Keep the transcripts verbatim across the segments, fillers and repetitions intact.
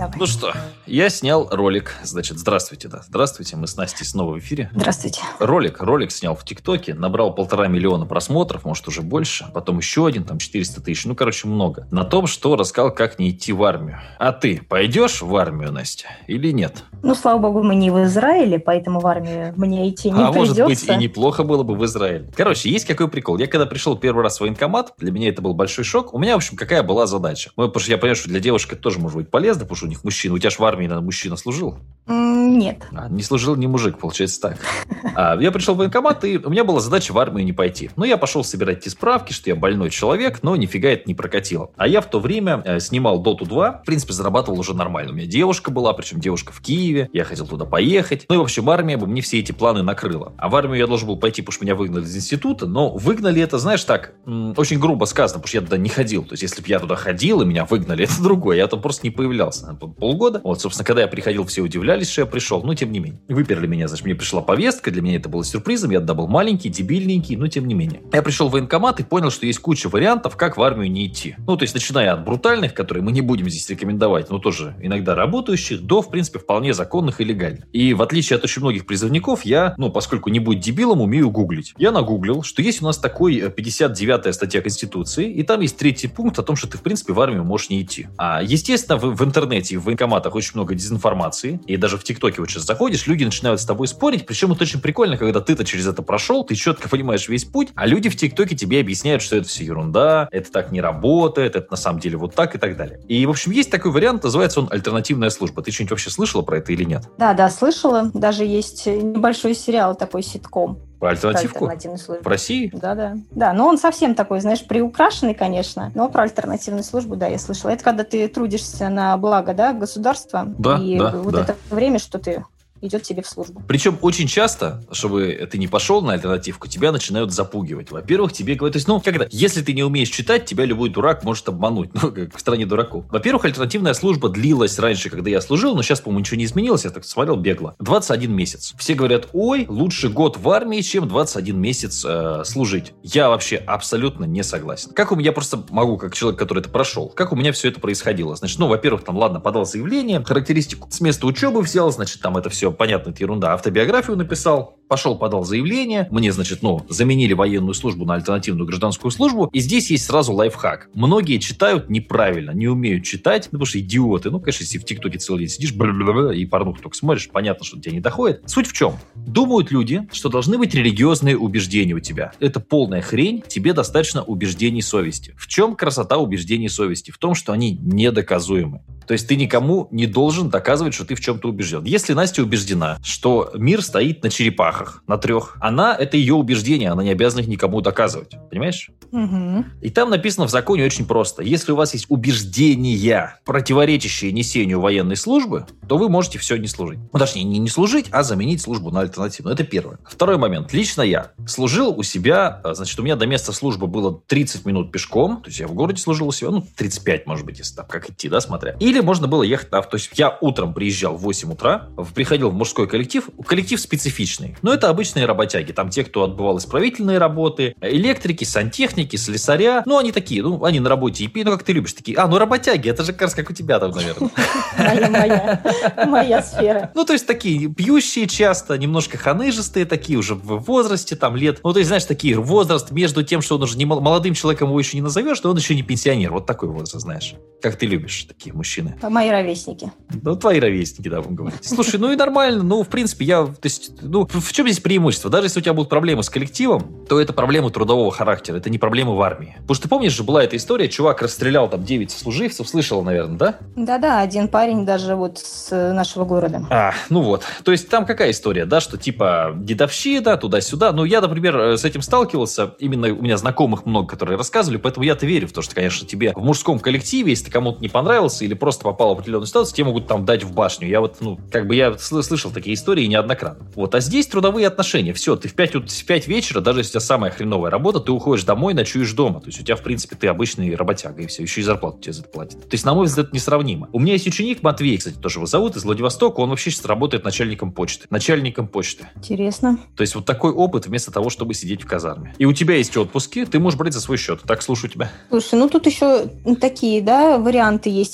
Давай. Ну что, я снял ролик. Значит, здравствуйте, да. Здравствуйте, мы с Настей снова в эфире. Здравствуйте. Ролик, ролик снял в ТикТоке, набрал полтора миллиона просмотров, может уже больше, потом еще один, там четыреста тысяч, ну, короче, много. На том, что рассказал, как не идти в армию. А ты пойдешь в армию, Настя, или нет? Ну, слава богу, мы не в Израиле, поэтому в армию мне идти не а придется. А может быть, и неплохо было бы в Израиле. Короче, есть какой прикол. Я когда пришел первый раз в военкомат, для меня это был большой шок. У меня, в общем, какая была задача? Ну, потому что я понимаю, что для девушек это тоже может быть полезно, потому что у них мужчина. У тебя же в армии, наверное, мужчина служил? Нет. А, не служил не мужик, получается так. А, я пришел в военкомат, и у меня была задача в армию не пойти. Ну, я пошел собирать эти справки, что я больной человек, но нифига это не прокатило. А я в то время э, снимал Доту два, в принципе, зарабатывал уже нормально. У меня девушка была, причем девушка в Киеве, я хотел туда поехать. Ну и, в общем, армия бы мне все эти планы накрыла. А в армию я должен был пойти, потому что меня выгнали из института, но выгнали это, знаешь, так, м- очень грубо сказано, потому что я туда не ходил. То есть, если бы я туда ходил, и меня выгнали, это другое. Я там просто не появлялся. Полгода. Вот, собственно, когда я приходил, все удивлялись, что я пришел. Но, тем не менее. Выперли меня, значит, мне пришла повестка, для меня это было сюрпризом, я тогда был маленький, дебильненький, но, тем не менее. Я пришел в военкомат и понял, что есть куча вариантов, как в армию не идти. Ну, то есть, начиная от брутальных, которые мы не будем здесь рекомендовать, но тоже иногда работающих, до, в принципе, вполне законных и легальных. И в отличие от очень многих призывников, я, ну, поскольку не будь дебилом, умею гуглить. Я нагуглил, что есть у нас такой пятьдесят девятая статья Конституции, и там есть третий пункт о том, что ты, в принципе, в армию можешь не идти. А, естественно, в, в интернете и в военкоматах очень много дезинформации, и даже в ТикТоке вот сейчас заходишь, люди начинают с тобой спорить, причем это очень прикольно, когда ты-то через это прошел, ты четко понимаешь весь путь, а люди в ТикТоке тебе объясняют, что это все ерунда, это так не работает, это на самом деле вот так и так далее. И, в общем, есть такой вариант, называется он «Альтернативная служба». Ты что-нибудь вообще слышала про это или нет? Да, да, слышала. Даже есть небольшой сериал такой, ситком. Про альтернативку? В России? Да, да. Да, но он совсем такой, знаешь, приукрашенный, конечно, но про альтернативную службу, да, я слышала. Это когда ты трудишься на благо, да, государства, да, и да, вот да. это время, что ты идет тебе в службу. Причем очень часто, чтобы ты не пошел на альтернативку, тебя начинают запугивать. Во-первых, тебе говорят, то есть, ну, когда, если ты не умеешь читать, тебя любой дурак может обмануть, ну, как в стране дураков. Во-первых, альтернативная служба длилась раньше, когда я служил, но сейчас, по-моему, ничего не изменилось, я так смотрел бегло. двадцать один месяц. Все говорят, ой, лучше год в армии, чем двадцать один месяц э, служить. Я вообще абсолютно не согласен. Как у меня, я просто могу, как человек, который это прошел, как у меня все это происходило. Значит, ну, во-первых, там, ладно, подал заявление, характеристику с места учебы взял, значит, там это все понятно, это ерунда. Автобиографию написал, пошел, подал заявление. Мне, значит, ну, заменили военную службу на альтернативную гражданскую службу. И здесь есть сразу лайфхак. Многие читают неправильно, не умеют читать, ну, потому что идиоты. Ну, конечно, если в ТикТоке целый день сидишь и порнуху только смотришь, понятно, что до тебя не доходит. Суть в чем? Думают люди, что должны быть религиозные убеждения у тебя. Это полная хрень, тебе достаточно убеждений совести. В чем красота убеждений совести? В том, что они недоказуемы. То есть ты никому не должен доказывать, что ты в чем-то убежден. Если Настя убеждена, что мир стоит на черепахах, на трех, она, это ее убеждение, она не обязана их никому доказывать. Понимаешь? Угу. И там написано в законе очень просто. Если у вас есть убеждения, противоречащие несению военной службы, то вы можете все не служить. Ну, точнее, не, не служить, а заменить службу на альтернативную. Это первое. Второй момент. Лично я служил у себя, значит, у меня до места службы было тридцать минут пешком, то есть я в городе служил у себя, ну, тридцать пять, может быть, если там как идти, да, смотря. Или можно было ехать на авто. То есть я утром приезжал в восемь утра, приходил в мужской коллектив. Коллектив специфичный. Но это обычные работяги. Там те, кто отбывал исправительные работы, электрики, сантехники, слесаря. Ну, они такие, ну, они на работе и пьют, ну, как ты любишь, такие. А, ну, работяги, это же как раз как у тебя там, наверное. Моя, моя, моя сфера. Ну, то есть такие пьющие часто, немножко ханыжистые, такие уже в возрасте, там, лет. Ну, то есть, знаешь, такие возраст между тем, что он уже не молодым человеком его еще не назовешь, но он еще не пенсионер. Вот такой возраст, знаешь. Как ты любишь такие мужчины. Мои ровесники. Ну, твои ровесники, да, будем говорить. Слушай, ну и нормально, ну, в принципе, я, то есть, ну, в чем здесь преимущество? Даже если у тебя будут проблемы с коллективом, то это проблемы трудового характера, это не проблемы в армии. Потому что ты помнишь же, была эта история, чувак расстрелял там девять сослуживцев, слышала, наверное, да? Да-да, один парень даже вот с нашего города. А, ну вот. То есть там какая история, да, что типа дедовщина, туда-сюда. Ну, я, например, с этим сталкивался, именно у меня знакомых много, которые рассказывали, поэтому я-то верю в то, что, конечно, тебе в мужском коллективе, если ты кому-то не понравился или просто попал в определенную ситуацию, тебе могут там дать в башню. Я вот, ну, как бы я сл- слышал такие истории неоднократно. Вот, а здесь трудовые отношения. Все, ты в пять, в пять вечера, даже если у тебя самая хреновая работа, ты уходишь домой, ночуешь дома. То есть у тебя, в принципе, ты обычный работяга, и все, еще и зарплату тебе за это платят. То есть, на мой взгляд, это несравнимо. У меня есть ученик Матвей, кстати, тоже его зовут, из Владивостока, он вообще сейчас работает начальником почты. Начальником почты. Интересно. То есть вот такой опыт вместо того, чтобы сидеть в казарме. И у тебя есть отпуски, ты можешь брать за свой счет. Так, слушаю тебя. Слушай, ну тут еще такие, да, варианты есть. Если тебе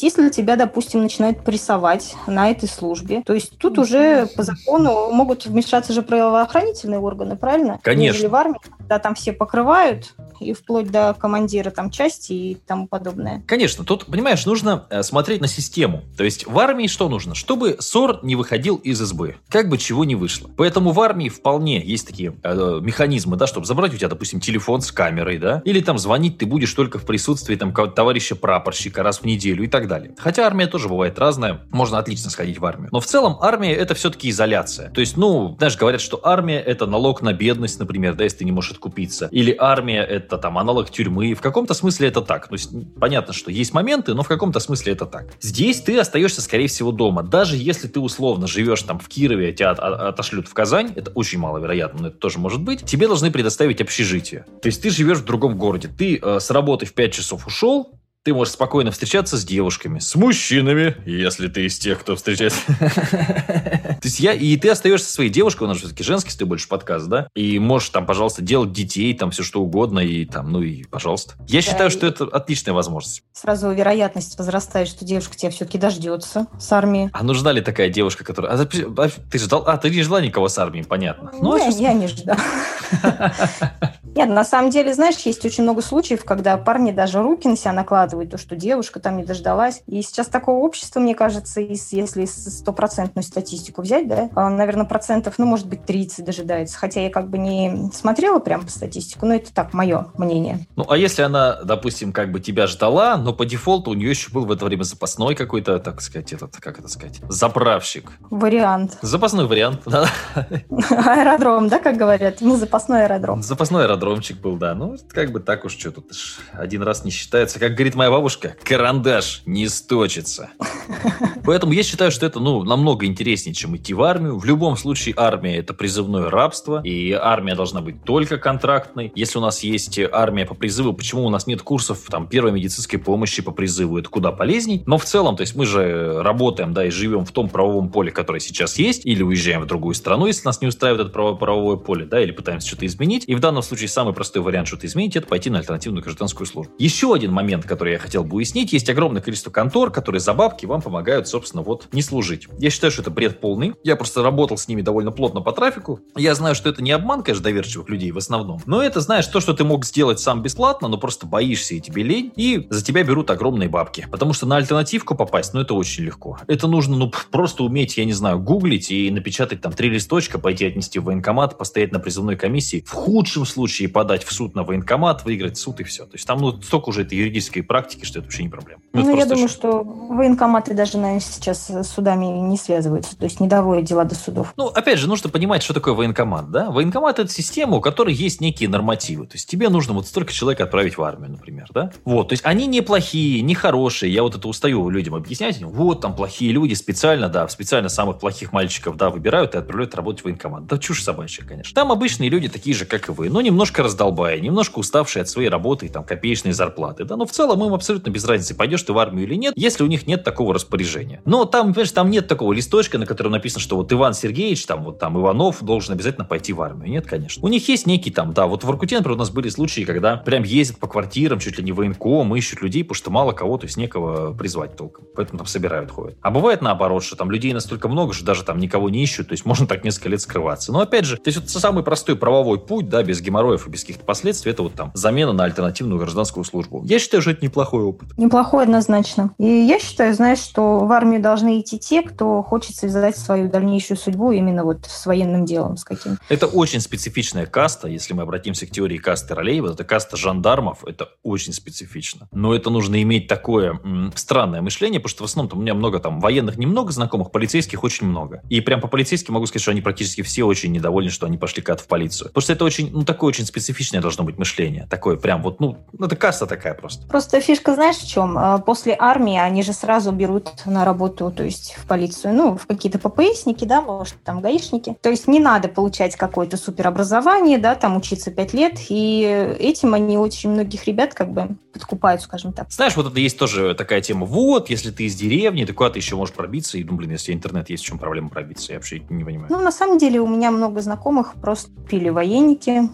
тебя, допустим, начинают прессовать на этой службе. То есть тут уже по закону могут вмешаться же правоохранительные органы, правильно? Конечно. Нежели в армии, когда там все покрывают, и вплоть до командира там части и тому подобное. Конечно, тут, понимаешь, нужно э, смотреть на систему. То есть в армии что нужно? Чтобы ссор не выходил из избы, как бы чего не вышло. Поэтому в армии вполне есть такие э, механизмы, да, чтобы забрать у тебя, допустим, телефон с камерой, да, или там звонить ты будешь только в присутствии там товарища прапорщика раз в неделю и так далее. Хотя армия тоже бывает разная, можно отлично сходить в армию. Но в целом армия это все-таки изоляция. То есть, ну, знаешь, говорят, что армия это налог на бедность, например, да, если ты не можешь откупиться. Или армия это там аналог тюрьмы. В каком-то смысле это так. То есть понятно, что есть моменты, но в каком-то смысле это так. Здесь ты остаешься, скорее всего, дома. Даже если ты условно живешь там в Кирове, тебя от- от- отошлют в Казань, это очень маловероятно, но это тоже может быть, тебе должны предоставить общежитие. То есть ты живешь в другом городе. Ты э, с работы в пять часов ушел, ты можешь спокойно встречаться с девушками, с мужчинами, если ты из тех, кто встречается. То есть я, и ты остаешься со своей девушкой, у нас же все-таки женский, ты больше подкаст, да? И можешь там, пожалуйста, делать детей, там все что угодно, и там, ну и пожалуйста. Я считаю, что это отличная возможность. Сразу вероятность возрастает, что девушка тебя все-таки дождется с армии. А нужна ли такая девушка, которая... А, ты ждал... А, ты не ждала никого с армии, понятно. Ну, я, я не ждала. Нет, на самом деле, знаешь, есть очень много случаев, когда парни даже руки на себя накладывают, то, что девушка там не дождалась. И сейчас такого общества, мне кажется, если стопроцентную статистику взять, да, наверное, процентов, ну, может быть, тридцать дожидается. Хотя я как бы не смотрела прям по статистику, но это так, мое мнение. Ну, а если она, допустим, как бы тебя ждала, но по дефолту у нее еще был в это время запасной какой-то, так сказать, этот, как это сказать, заправщик. Вариант. Запасной вариант, да. Аэродром, да, как говорят? Ну, запасной аэродром. Запасной аэродромчик был, да. Ну, как бы так уж, что тут один раз не считается. Как говорит моя бабушка, карандаш не сточится. Поэтому я считаю, что это, ну, намного интереснее, чем идти в армию. В любом случае, армия – это призывное рабство, и армия должна быть только контрактной. Если у нас есть армия по призыву, почему у нас нет курсов там первой медицинской помощи по призыву? Это куда полезней. Но в целом, то есть мы же работаем, да, и живем в том правовом поле, которое сейчас есть, или уезжаем в другую страну, если нас не устраивает это право- правовое поле, да, или пытаемся что-то изменить. И в данном случае самый простой вариант что-то изменить – это пойти на альтернативную гражданскую службу. Еще один момент, который я хотел бы уяснить. Есть огромное количество контор, которые за бабки вам помогают, собственно, вот не служить. Я считаю, что это бред полный. Я просто работал с ними довольно плотно по трафику. Я знаю, что это не обман, конечно, доверчивых людей в основном. Но это, знаешь, то, что ты мог сделать сам бесплатно, но просто боишься и тебе лень, и за тебя берут огромные бабки. Потому что на альтернативку попасть, ну, это очень легко. Это нужно, ну, просто уметь, я не знаю, гуглить и напечатать там три листочка, пойти отнести в военкомат, постоять на призывной комиссии. В худшем случае подать в суд на военкомат, выиграть суд и все. То есть там, ну, столько уже этой юридической практики, что это вообще не проблема. Ну, ну я думаю, ш... что военкоматы даже, наверное, сейчас с судами не связываются, то есть не доводят дела до судов. Ну, опять же, нужно понимать, что такое военкомат, да? Военкомат – это система, у которой есть некие нормативы. То есть тебе нужно вот столько человек отправить в армию, например, да? Вот, то есть они не плохие, не хорошие. Я вот это устаю людям объяснять. Вот там плохие люди специально, да, специально самых плохих мальчиков, да, выбирают и отправляют работать в военкомат. Да чушь собачья, конечно. Там обычные люди такие же, как и вы, но немножко раздолбая, немножко уставшие от своей работы и там копеечной зарплаты, да? Но в целом им абсолютно без разницы, пойдешь ты в армию или нет, если у них нет такого распоряжения. Но там, понимаешь, там нет такого листочка, на котором написано, что вот Иван Сергеевич, там вот там Иванов должен обязательно пойти в армию. Нет, конечно. У них есть некий там, да, вот в Воркуте, например, у нас были случаи, когда прям ездят по квартирам, чуть ли не военком, ищут людей, потому что мало кого, то есть некого призвать толком. Поэтому там собирают, ходят. А бывает наоборот, что там людей настолько много, что даже там никого не ищут, то есть можно так несколько лет скрываться. Но опять же, то есть вот самый простой правовой путь, да, без геморроев и без каких-то последствий, это вот там замена на альтернативную гражданскую службу. Я считаю, что это неплохой опыт. Неплохой однозначно. И я считаю, знаешь, что в армию должны идти те, кто хочет связать свою дальнейшую судьбу именно вот с военным делом, с каким. Это очень специфичная каста, если мы обратимся к теории касты ролей, вот эта каста жандармов, это очень специфично. Но это нужно иметь такое м, странное мышление, потому что в основном у меня много там военных немного знакомых, полицейских очень много. И прям по полицейским могу сказать, что они практически все очень недовольны, что они пошли кат в полицию. Потому что это очень, ну, такое очень специфичное должно быть мышление. Такое прям вот, ну, это каста такая просто. Просто фишка, знаешь, в чем? После армии они же сразу берут на работу, то есть в полицию, ну, в какие-то ППСники, да, может, там, гаишники. То есть не надо получать какое-то суперобразование, да, там, учиться пять лет, и этим они очень многих ребят как бы подкупают, скажем так. Знаешь, вот это есть тоже такая тема, вот, если ты из деревни, то куда ты еще можешь пробиться, и, ну, блин, если интернет есть, в чем проблема пробиться, я вообще не понимаю. Ну, на самом деле, у меня много знакомых просто пили военники, скажем так,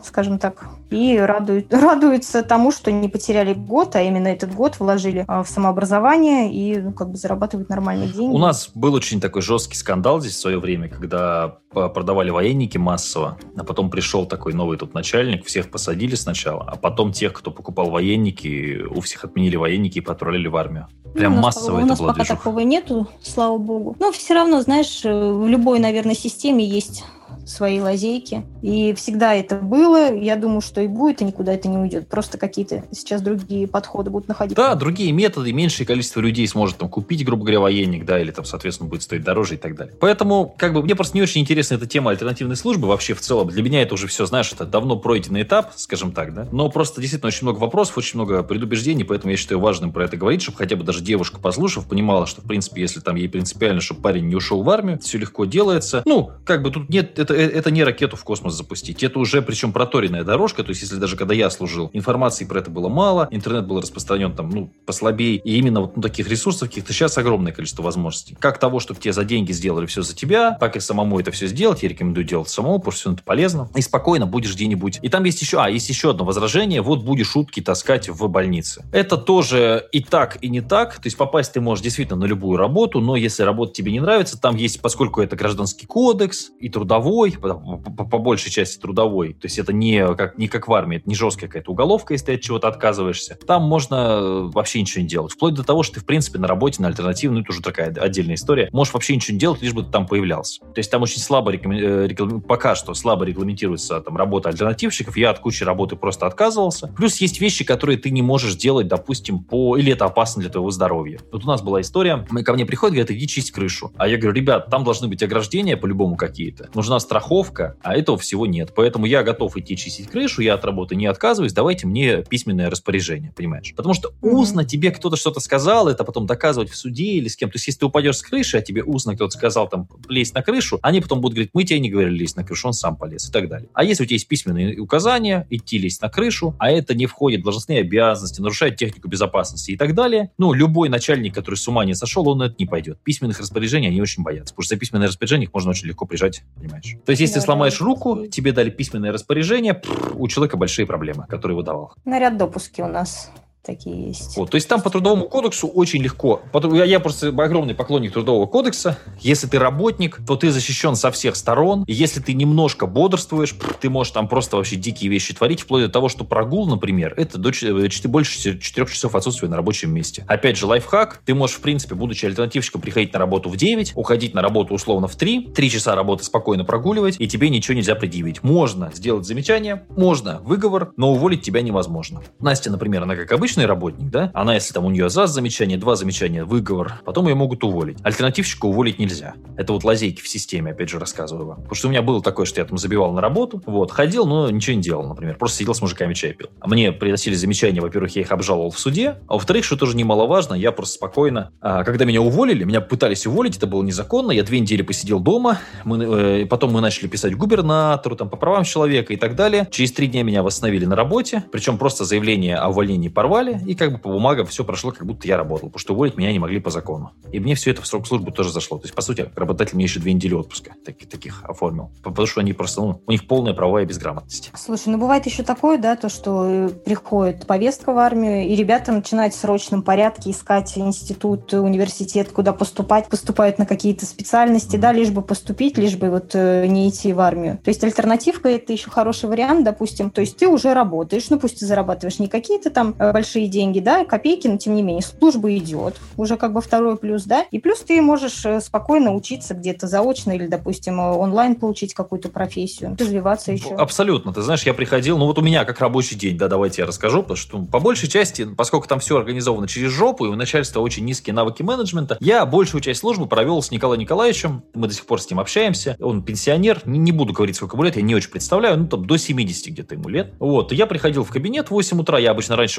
так. И радуют, радуются тому, что не потеряли год, а именно этот год вложили в самообразование и ну, как бы зарабатывают нормальные деньги. У нас был очень такой жесткий скандал здесь в свое время, когда продавали военники массово, а потом пришел такой новый тут начальник, всех посадили сначала, а потом тех, кто покупал военники, у всех отменили военники и отправили в армию. Прям ну, массово это было. У нас была пока движуха. Такого нету, слава богу. Но все равно, знаешь, в любой, наверное, системе есть свои лазейки. И всегда это было. Я думаю, что и будет, и никуда это не уйдет. Просто какие-то сейчас другие подходы будут находиться. Да, другие методы, меньшее количество людей сможет там купить, грубо говоря, военник, да, или там, соответственно, будет стоить дороже и так далее. Поэтому, как бы, мне просто не очень интересна эта тема альтернативной службы вообще в целом. Для меня это уже все, знаешь, это давно пройденный этап, скажем так, да. Но просто действительно очень много вопросов, очень много предубеждений, поэтому я считаю важным про это говорить, чтобы хотя бы даже девушка, послушав, понимала, что, в принципе, если там ей принципиально, чтобы парень не ушел в армию, все легко делается. Ну, как бы тут нет, это, это не ракету в космос запустить. Это уже, причем, проторенная дорожка. То есть, если даже когда я служил, информации про это было мало, интернет был распространен там, ну, послабее. И именно вот ну, таких ресурсов каких-то сейчас огромное количество возможностей. Как того, чтобы тебе за деньги сделали все за тебя, так и самому это все сделать. Я рекомендую делать самому, потому что все это полезно. И спокойно будешь где-нибудь. И там есть еще, а, есть еще одно возражение. Вот будешь утки таскать в больнице. Это тоже и так, и не так. То есть, попасть ты можешь действительно на любую работу, но если работа тебе не нравится, там есть, поскольку это гражданский кодекс и трудовой, по, по большей части трудовой, то есть это не как, не как в армии, это не жесткая какая-то уголовка, если ты от чего-то отказываешься. Там можно вообще ничего не делать. Вплоть до того, что ты, в принципе, на работе, на альтернативную, это уже такая отдельная история, можешь вообще ничего не делать, лишь бы ты там появлялся. То есть там очень слабо, реком... пока что слабо регламентируется там работа альтернативщиков. Я от кучи работы просто отказывался. Плюс есть вещи, которые ты не можешь делать, допустим, по... или это опасно для твоего здоровья. Вот у нас была история, ко мне приходят, говорят, иди чисть крышу. А я говорю, ребят, там должны быть ограждения по-любому какие-то. Нужна страховка, а этого всего нет. Поэтому я готов идти чистить крышу, я от работы не отказываюсь, давайте мне письменное распоряжение, понимаешь? Потому что mm-hmm. устно тебе кто-то что-то сказал, это потом доказывать в суде или с кем. То есть, если ты упадешь с крыши, а тебе устно кто-то сказал там лезть на крышу, они потом будут говорить, мы тебе не говорили лезть на крышу, он сам полез и так далее. А если у тебя есть письменные указания, идти лезть на крышу, а это не входит в должностные обязанности, нарушает технику безопасности и так далее, ну, любой начальник, который с ума не сошел, он на это не пойдет. Письменных распоряжений они очень боятся, потому что за письменное распоряжение их можно очень легко прижать, понимаешь? То есть, если да, ты сломаешь да, руку, да. тебе дали письменное распоряжение, пфф, у человека большие проблемы, которые выдавал. Наряд допуски у нас такие есть. Вот, то есть там по Трудовому кодексу очень легко. Я, я просто огромный поклонник Трудового кодекса. Если ты работник, то ты защищен со всех сторон. И если ты немножко бодрствуешь, ты можешь там просто вообще дикие вещи творить, вплоть до того, что прогул, например, это до, больше четырех часов отсутствия на рабочем месте. Опять же, лайфхак. Ты можешь, в принципе, будучи альтернативщиком, приходить на работу в девять, уходить на работу условно в три, три часа работы спокойно прогуливать, и тебе ничего нельзя предъявить. Можно сделать замечание, можно выговор, но уволить тебя невозможно. Настя, например, она как обычно работник, да? Она, если там у нее за замечание, два замечания, выговор, потом ее могут уволить. Альтернативщика уволить нельзя. Это вот лазейки в системе, опять же, рассказываю вам. Потому что у меня было такое, что я там забивал на работу, вот, ходил, но ничего не делал, например. Просто сидел с мужиками, чай пил. А мне приносили замечания, во-первых, я их обжаловал в суде, а во-вторых, что тоже немаловажно, я просто спокойно, а, когда меня уволили, меня пытались уволить, это было незаконно, я две недели посидел дома, мы, э, потом мы начали писать губернатору, там, по правам человека и так далее. Через три дня меня восстановили на работе, причем просто заявление о увольнении порвали, и как бы по бумагам все прошло, как будто я работал, потому что уволить меня не могли по закону. И мне все это в срок службы тоже зашло. То есть, по сути, работодатель мне еще две недели отпуска таких, таких оформил. Потому что они просто, ну, у них полная правовая безграмотность. Слушай, ну бывает еще такое, да, то, что приходит повестка в армию, и ребята начинают в срочном порядке искать институт, университет, куда поступать, поступают на какие-то специальности, mm-hmm. да, лишь бы поступить, лишь бы вот не идти в армию. То есть альтернативка – это еще хороший вариант, допустим. То есть ты уже работаешь, ну пусть ты зарабатываешь не какие-то там большие деньги, да, копейки, но тем не менее служба идет, уже как бы второй плюс, да, и плюс ты можешь спокойно учиться где-то заочно или, допустим, онлайн получить какую-то профессию, развиваться еще. Абсолютно, ты знаешь, я приходил, ну вот у меня как рабочий день, да, давайте я расскажу, потому что по большей части, поскольку там все организовано через жопу, и у начальства очень низкие навыки менеджмента, я большую часть службы провел с Николаем Николаевичем, мы до сих пор с ним общаемся, он пенсионер, не, не буду говорить, сколько ему лет, я не очень представляю, ну там до семидесяти где-то ему лет, вот, я приходил в кабинет в восемь утра, я обычно раньше его приходил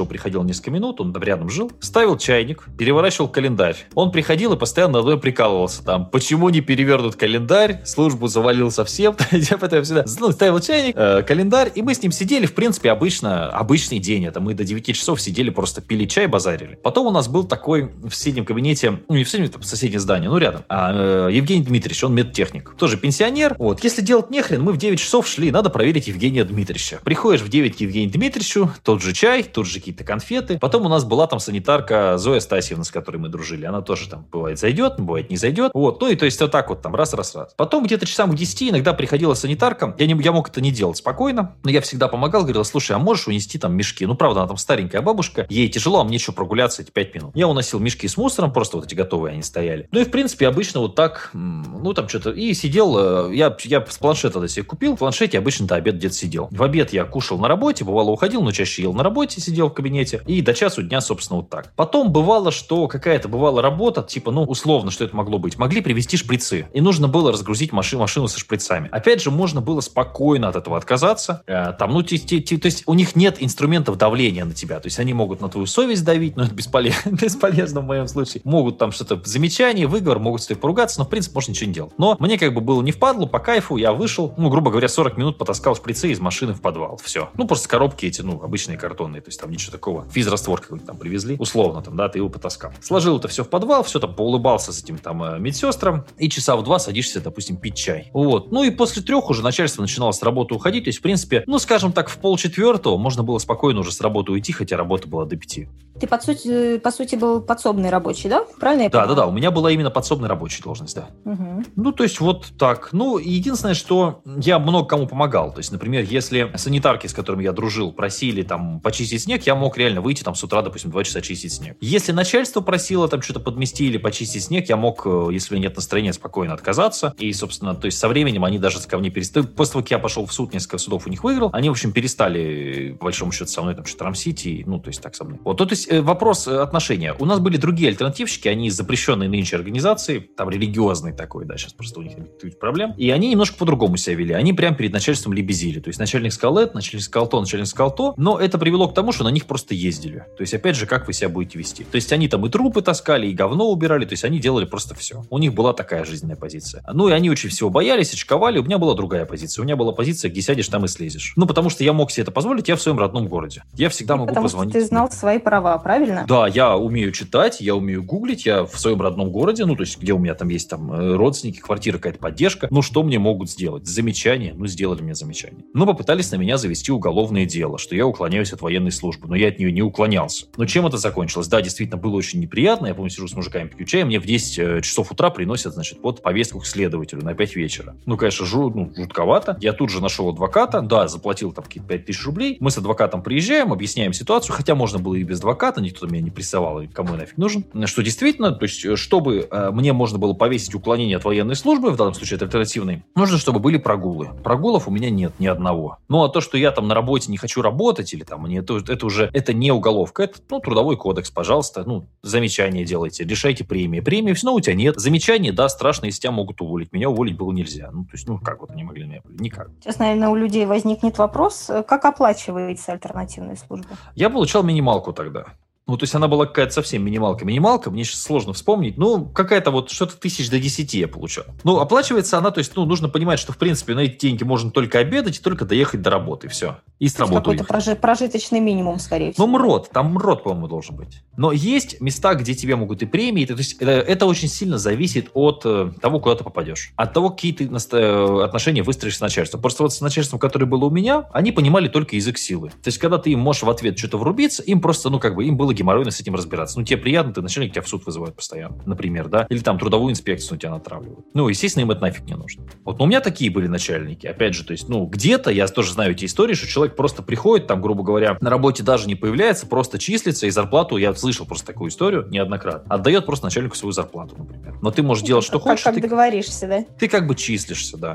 несколько минут, он рядом жил, ставил чайник, переворачивал календарь. Он приходил и постоянно надо мной прикалывался. Там, почему не перевернут календарь, службу завалил совсем. Я потом всегда ну, ставил чайник, э, календарь, и мы с ним сидели, в принципе, обычно, обычный день. Это мы до девяти часов сидели, просто пили чай, базарили. Потом у нас был такой в соседнем кабинете, ну не в соседнем, в соседнее здание, ну рядом, а, э, Евгений Дмитриевич, он медтехник. Тоже пенсионер. Вот. Если делать нехрен, мы в девять часов шли, надо проверить Евгения Дмитриевича. Приходишь в девять к Евгению Дмитриевичу, тот же чай, тут же какие-то конфеты. Потом у нас была там санитарка Зоя Стасьевна, с которой мы дружили. Она тоже там бывает зайдет, бывает не зайдет. Вот. Ну и то есть вот так вот там раз-раз-раз. Потом где-то часам к десяти иногда приходила санитарка. Я, не, я мог это не делать спокойно, но я всегда помогал, говорил, слушай, а можешь унести там мешки? Ну правда, она там старенькая бабушка, ей тяжело, а мне что прогуляться эти пять минут. Я уносил мешки с мусором, просто вот эти готовые они стояли. Ну и в принципе обычно вот так, ну там что-то, и сидел, я, я с планшета до себе купил, в планшете обычно до обеда где-то сидел. В обед я кушал на работе, бывало уходил, но чаще ел на работе, сидел в кабинете, и до часу дня, собственно, вот так. Потом бывало, что какая-то бывала работа, типа, ну, условно, что это могло быть. Могли привезти шприцы, и нужно было разгрузить машину, машину со шприцами. Опять же, можно было спокойно от этого отказаться. Э, там, ну, т- т- т- то есть у них нет инструментов давления на тебя, то есть они могут на твою совесть давить, но это бесполезно, бесполезно в моем случае. Могут там что-то, замечание, выговор, могут с тобой поругаться, но, в принципе, можно ничего не делать. Но мне как бы было не впадло, по кайфу, я вышел, ну, грубо говоря, сорок минут потаскал шприцы из машины в подвал. Все. Ну, просто коробки эти, ну, обычные картонные, то есть там ничего такого. Физраствор какой-то там привезли, условно там, да, ты его потаскал. Сложил это все в подвал, все там поулыбался с этим там э, медсестрам, и часа в два садишься, допустим, пить чай. Вот. Ну, и после трех уже начальство начинало с работы уходить, то есть, в принципе, ну, скажем так, в полчетвертого можно было спокойно уже с работы уйти, хотя работа была до пяти. Ты, по сути, по сути, был подсобный рабочий, да? Правильно я понимаю? Да, да, да, у меня была именно подсобная рабочая должность, да. Угу. Ну, то есть, вот так. Ну, единственное, что я много кому помогал. То есть, например, если санитарки, с которыми я дружил, просили там почистить снег, я мог реально выйти там с утра, допустим, два часа чистить снег. Если начальство просило там что-то подмести или почистить снег, я мог, если нет настроения, спокойно отказаться. И, собственно, то есть со временем они даже ко мне перестали. После того, как я пошел в суд, несколько судов у них выиграл, они, в общем, перестали, по большому счету, со мной там что-то рамсить, и, ну, то есть так со мной. Вот, то есть вопрос отношения. У нас были другие альтернативщики, они из запрещенной нынче организации, там религиозный такой, да, сейчас просто у них проблем. И они немножко по-другому себя вели. Они прямо перед начальством лебезили. То есть начальник сказал это, начальник сказал то, начальник сказал то, но это привело к тому, что на них просто ездили. То есть, опять же, как вы себя будете вести. То есть, они там и трупы таскали, и говно убирали, то есть, они делали просто все. У них была такая жизненная позиция. Ну, и они очень всего боялись, очковали. У меня была другая позиция. У меня была позиция, где сядешь, там и слезешь. Ну, потому что я мог себе это позволить, я в своем родном городе. Я всегда и могу потому позвонить. Потому что ты знал свои права, правильно? Да, я умею читать, я умею гуглить, я в своем родном городе, ну, то есть, где у меня там есть там родственники, квартира, какая-то поддержка. Ну, что мне могут сделать? Замечание? Ну, сделали мне замечание. Ну, попытались на меня завести уголовное дело, что я уклоняюсь от военной службы, но я от нее не уклонялся. Но чем это закончилось? Да, действительно, было очень неприятно. Я помню, сижу с мужиками, пью чай, мне в десять часов утра приносят, значит, под повестку к следователю на пять вечера. Ну, конечно, жу, ну, жутковато. Я тут же нашел адвоката, да, заплатил там какие-то пять тысяч рублей. Мы с адвокатом приезжаем, объясняем ситуацию, хотя можно было и без адвоката, никто меня не прессовал, и кому я нафиг нужен. Что действительно, то есть, чтобы э, мне можно было повесить уклонение от военной службы, в данном случае это альтернативный, нужно, чтобы были прогулы. Прогулов у меня нет ни одного. Ну, а то, что я там на работе не хочу работать, или там мне это, это уже, это не уголовка, это, ну, трудовой кодекс, пожалуйста, ну, замечания делайте, решайте премии. Премии все равно у тебя нет. Замечания, да, страшно, если тебя могут уволить. Меня уволить было нельзя. Ну, то есть, ну, как вот они могли меня уволить? Никак. Сейчас, наверное, у людей возникнет вопрос, как оплачивается альтернативная служба? Я получал минималку тогда. Ну, то есть она была какая-то совсем минималка. Минималка, мне сейчас сложно вспомнить. Ну, какая-то вот что-то тысяч до десяти я получал. Ну, оплачивается она, то есть, ну, нужно понимать, что, в принципе, на эти деньги можно только обедать и только доехать до работы, и все. И с работы какой-то прожи- прожиточный минимум, скорее всего. Ну, МРОД, там МРОД, по-моему, должен быть. Но есть места, где тебе могут и премии, то есть это, это очень сильно зависит от э, того, куда ты попадешь. От того, какие ты наста- отношения выстроишь с начальством. Просто вот с начальством, которое было у меня, они понимали только язык силы. То есть, когда ты им можешь в ответ что-то врубиться, им просто, ну, как бы, им было геморройно с этим разбираться. Ну, тебе приятно, ты начальник, тебя в суд вызывают постоянно, например, да? Или там трудовую инспекцию тебя натравливают. Ну, естественно, им это нафиг не нужно. Вот, но у меня такие были начальники. Опять же, то есть, ну, где-то, я тоже знаю эти истории, что человек просто приходит, там, грубо говоря, на работе даже не появляется, просто числится, и зарплату, я слышал просто такую историю неоднократно, отдает просто начальнику свою зарплату, например. Но ты можешь делать, что как, хочешь. Как ты, договоришься, да? Ты как бы числишься, да. То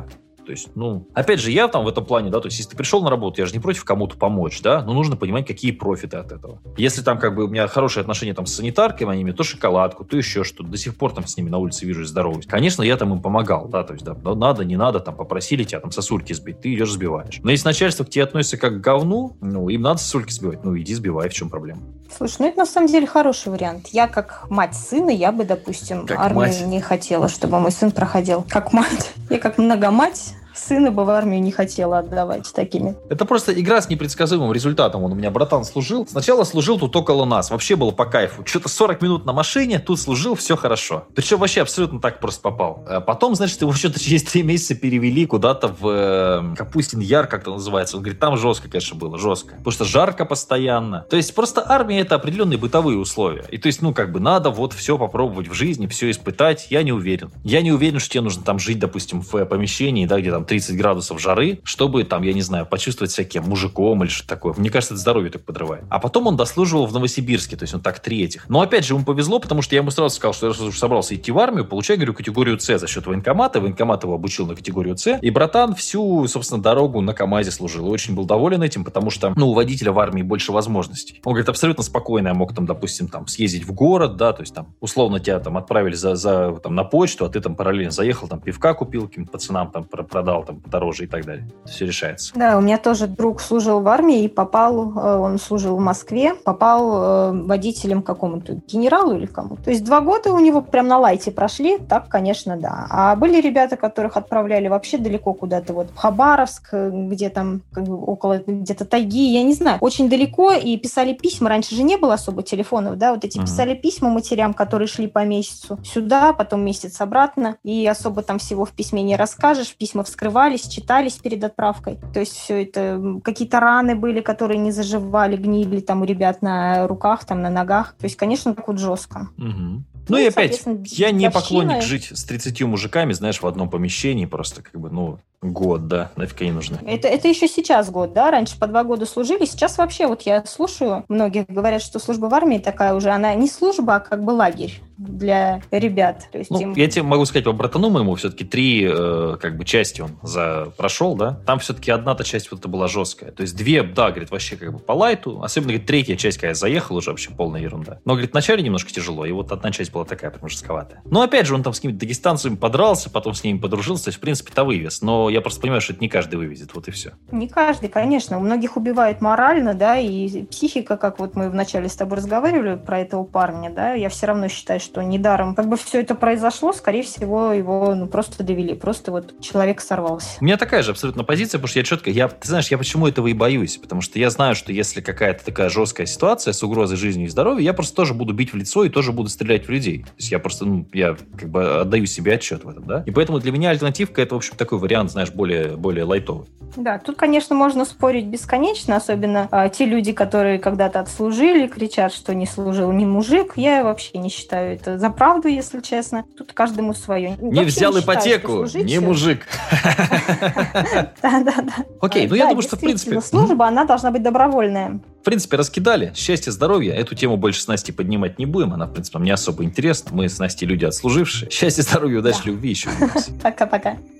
То есть, ну, опять же, я там в этом плане, да, то есть, если ты пришел на работу, я же не против кому-то помочь, да, но нужно понимать, какие профиты от этого. Если там как бы у меня хорошие отношения там с санитаркой моими, то шоколадку, то еще что-то. До сих пор там с ними на улице вижу и здороваюсь. Конечно, я там им помогал, да, то есть, да, надо, не надо, там попросили тебя там сосульки сбить, ты идешь сбиваешь. Но если начальство к тебе относится как к говну, ну, им надо сосульки сбивать, ну, иди сбивай, в чем проблема? Слушай, ну это на самом деле хороший вариант. Я как мать сына, я бы, допустим, как армию мать. не хотела, чтобы мой сын проходил. Как мать. Я как многомать сына бы в армию не хотела отдавать с такими. Это просто игра с непредсказуемым результатом. Он у меня братан служил. Сначала служил тут около нас. Вообще было по кайфу. Что-то сорок минут на машине, тут служил, все хорошо. Причем вообще абсолютно так просто попал. А потом, значит, его что-то через три месяца перевели куда-то в э, Капустин Яр, как это называется. Он говорит, там жестко, конечно, было, жестко. Потому что жарко постоянно. То есть просто армия — это определенные бытовые условия. И то есть, ну, как бы надо вот все попробовать в жизни, все испытать. Я не уверен. Я не уверен, что тебе нужно там жить, допустим, в помещении, да, где там тридцать градусов жары, чтобы там, я не знаю, почувствовать себя кем, мужиком или что-то такое. Мне кажется, это здоровье так подрывает. А потом он дослуживал в Новосибирске, то есть он так третьих. Но опять же, ему повезло, потому что я ему сразу сказал, что я уже собрался идти в армию, получаю, говорю, категорию С за счет военкомата. Военкомат его обучил на категорию С. И братан всю, собственно, дорогу на КамАЗе служил. И очень был доволен этим, потому что, ну, у водителя в армии больше возможностей. Он говорит, абсолютно спокойно я мог там, допустим, там съездить в город, да, то есть там условно тебя там отправили за, за, там, на почту, а ты там параллельно заехал, там пивка купил каким-то пацанам, там продал там подороже и так далее. Все решается. Да, у меня тоже друг служил в армии и попал, он служил в Москве, попал водителем к какому-то генералу или кому. То есть два года у него прям на лайте прошли, так, конечно, да. А были ребята, которых отправляли вообще далеко куда-то, вот в Хабаровск, где там как бы, около где-то тайги, я не знаю, очень далеко, и писали письма. Раньше же не было особо телефонов, да, вот эти uh-huh. писали письма матерям, которые шли по месяцу сюда, потом месяц обратно, и особо там всего в письме не расскажешь, письма вскрывались, читались перед отправкой. То есть все это, какие-то раны были, которые не заживали, гнили там у ребят на руках, там на ногах. То есть, конечно, так вот жестко. Угу. Ну, ну и опять, я не поклонник жить с тридцатью мужиками, знаешь, в одном помещении, просто как бы, ну, год, да, нафиг они нужны. Это, это еще сейчас год, да, раньше по два года служили, сейчас вообще вот я слушаю, многие говорят, что служба в армии такая уже, она не служба, а как бы лагерь для ребят. То есть ну, им... Я тебе могу сказать, по братану моему все-таки три э, как бы части он за... прошел, да, там все-таки одна-то часть вот это была жесткая, то есть две, да, говорит, вообще как бы по лайту, особенно, говорит, третья часть, когда я заехал, уже вообще полная ерунда. Но, говорит, вначале немножко тяжело, и вот одна часть была такая прям жестковатая. Но, опять же, он там с какими-то дагестанцами подрался, потом с ними подружился, то есть, в принципе-то вывез, но я просто понимаю, что это не каждый вывезет, вот и все. Не каждый, конечно, у многих убивает морально, да, и психика, как вот мы вначале с тобой разговаривали про этого парня, да, я все равно считаю, что недаром как бы все это произошло, скорее всего, его ну, просто довели, просто вот человек сорвался. У меня такая же абсолютно позиция, потому что я четко, я, ты знаешь, я почему этого и боюсь, потому что я знаю, что если какая-то такая жесткая ситуация с угрозой жизни и здоровья, я просто тоже буду бить в лицо и тоже буду стрелять в людей. То есть я просто, ну, я как бы отдаю себе отчет в этом, да, и поэтому для меня альтернативка это, в общем, такой вариант, знаешь, более, более лайтовый. Да, тут, конечно, можно спорить бесконечно, особенно а, те люди, которые когда-то отслужили, кричат, что не служил ни мужик. Я вообще не считаю это за правду, если честно. Тут каждому свое. Не взял ипотеку, не мужик. Да-да-да. Окей, ну я думаю, что в принципе... Служба, она должна быть добровольная. В принципе, раскидали. Счастье, здоровье. Эту тему больше с Настей поднимать не будем. Она, в принципе, нам не особо интересна. Мы с Настей люди отслужившие. Счастья, здоровья, удачи, любви. Еще увидимся. Пока-пока.